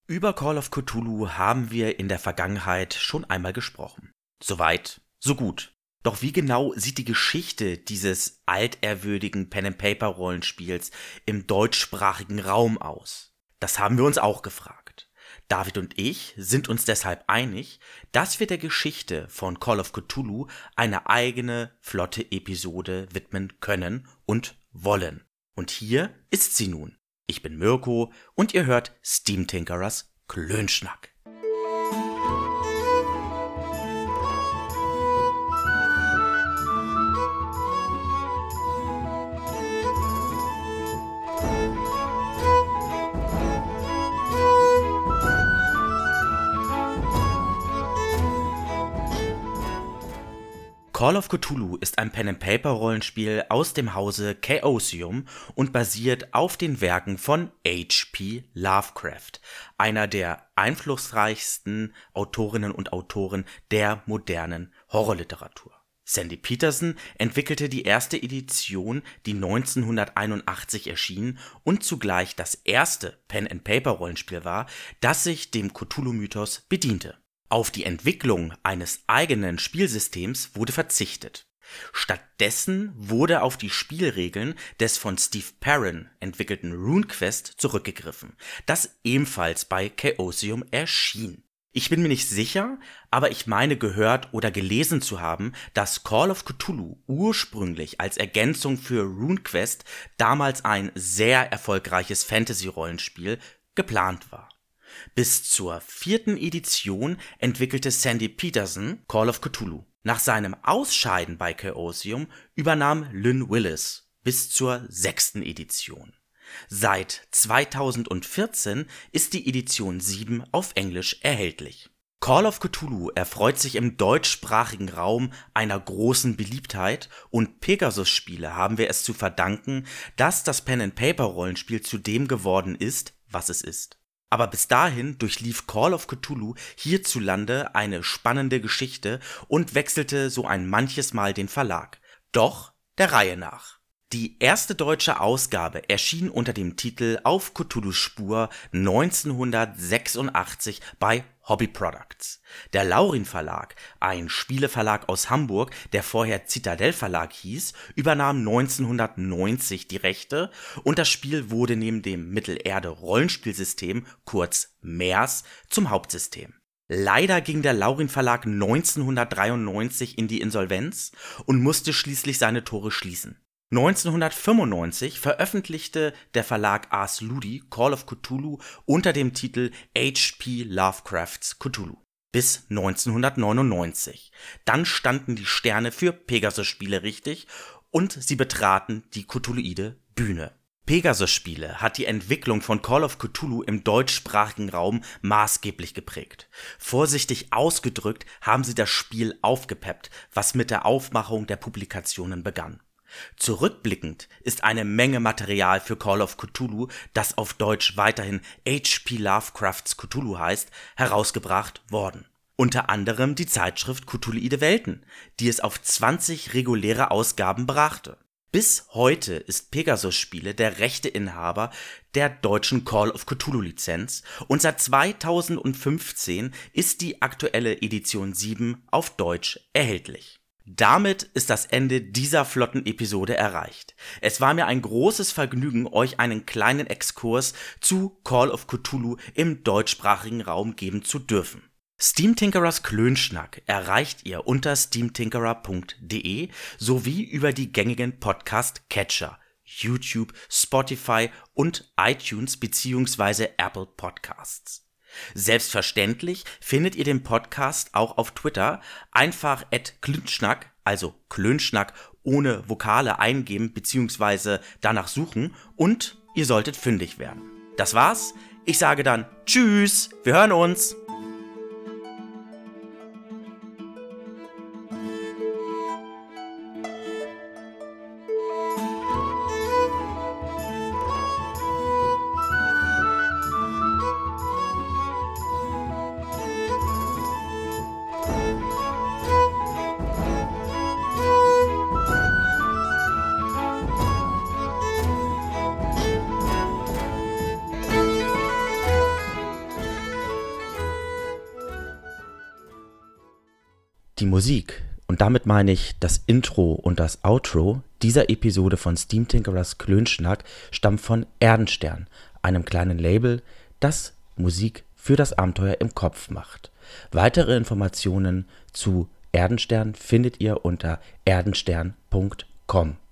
Über Call of Cthulhu haben wir in der Vergangenheit schon einmal gesprochen. Soweit, so gut. Doch wie genau sieht die Geschichte dieses altehrwürdigen Pen-and-Paper-Rollenspiels im deutschsprachigen Raum aus? Das haben wir uns auch gefragt. David und ich sind uns deshalb einig, dass wir der Geschichte von Call of Cthulhu eine eigene, flotte Episode widmen können und wollen. Und hier ist sie nun. Ich bin Mirko und ihr hört Steam Tinkerers Klönschnack. Call of Cthulhu ist ein Pen-and-Paper-Rollenspiel aus dem Hause Chaosium und basiert auf den Werken von H.P. Lovecraft, einer der einflussreichsten Autorinnen und Autoren der modernen Horrorliteratur. Sandy Petersen entwickelte die erste Edition, die 1981 erschien und zugleich das erste Pen-and-Paper-Rollenspiel war, das sich dem Cthulhu-Mythos bediente. Auf die Entwicklung eines eigenen Spielsystems wurde verzichtet. Stattdessen wurde auf die Spielregeln des von Steve Perrin entwickelten RuneQuest zurückgegriffen, das ebenfalls bei Chaosium erschien. Ich bin mir nicht sicher, aber ich meine gehört oder gelesen zu haben, dass Call of Cthulhu ursprünglich als Ergänzung für RuneQuest damals ein sehr erfolgreiches Fantasy-Rollenspiel geplant war. Bis zur 4. Edition entwickelte Sandy Petersen Call of Cthulhu. Nach seinem Ausscheiden bei Chaosium übernahm Lynn Willis bis zur 6. Edition. Seit 2014 ist die Edition 7 auf Englisch erhältlich. Call of Cthulhu erfreut sich im deutschsprachigen Raum einer großen Beliebtheit und Pegasus-Spiele haben wir es zu verdanken, dass das Pen-and-Paper-Rollenspiel zu dem geworden ist, was es ist. Aber bis dahin durchlief Call of Cthulhu hierzulande eine spannende Geschichte und wechselte so ein manches Mal den Verlag. Doch der Reihe nach. Die erste deutsche Ausgabe erschien unter dem Titel Auf Cthulhus Spur 1986 bei Hobby Products. Der Laurin Verlag, ein Spieleverlag aus Hamburg, der vorher Citadel Verlag hieß, übernahm 1990 die Rechte und das Spiel wurde neben dem Mittelerde-Rollenspielsystem, kurz MERS, zum Hauptsystem. Leider ging der Laurin Verlag 1993 in die Insolvenz und musste schließlich seine Tore schließen. 1995 veröffentlichte der Verlag Ars Ludi Call of Cthulhu unter dem Titel H.P. Lovecrafts Cthulhu bis 1999. Dann standen die Sterne für Pegasus-Spiele richtig und sie betraten die Cthulhuide Bühne. Pegasus-Spiele hat die Entwicklung von Call of Cthulhu im deutschsprachigen Raum maßgeblich geprägt. Vorsichtig ausgedrückt haben sie das Spiel aufgepeppt, was mit der Aufmachung der Publikationen begann. Zurückblickend ist eine Menge Material für Call of Cthulhu, das auf Deutsch weiterhin H.P. Lovecrafts Cthulhu heißt, herausgebracht worden. Unter anderem die Zeitschrift Cthulhuide Welten, die es auf 20 reguläre Ausgaben brachte. Bis heute ist Pegasus-Spiele der Rechteinhaber der deutschen Call of Cthulhu-Lizenz und seit 2015 ist die aktuelle Edition 7 auf Deutsch erhältlich. Damit ist das Ende dieser flotten Episode erreicht. Es war mir ein großes Vergnügen, euch einen kleinen Exkurs zu Call of Cthulhu im deutschsprachigen Raum geben zu dürfen. Steam Tinkerers Klönschnack erreicht ihr unter steamtinkerer.de sowie über die gängigen Podcast-Catcher, YouTube, Spotify und iTunes bzw. Apple Podcasts. Selbstverständlich findet ihr den Podcast auch auf Twitter, einfach @Klönschnack, also Klönschnack ohne Vokale eingeben bzw. danach suchen und ihr solltet fündig werden. Das war's, ich sage dann Tschüss, wir hören uns! Die Musik, und damit meine ich das Intro und das Outro dieser Episode von Steam Tinkerers Klönschnack, stammt von Erdenstern, einem kleinen Label, das Musik für das Abenteuer im Kopf macht. Weitere Informationen zu Erdenstern findet ihr unter erdenstern.com.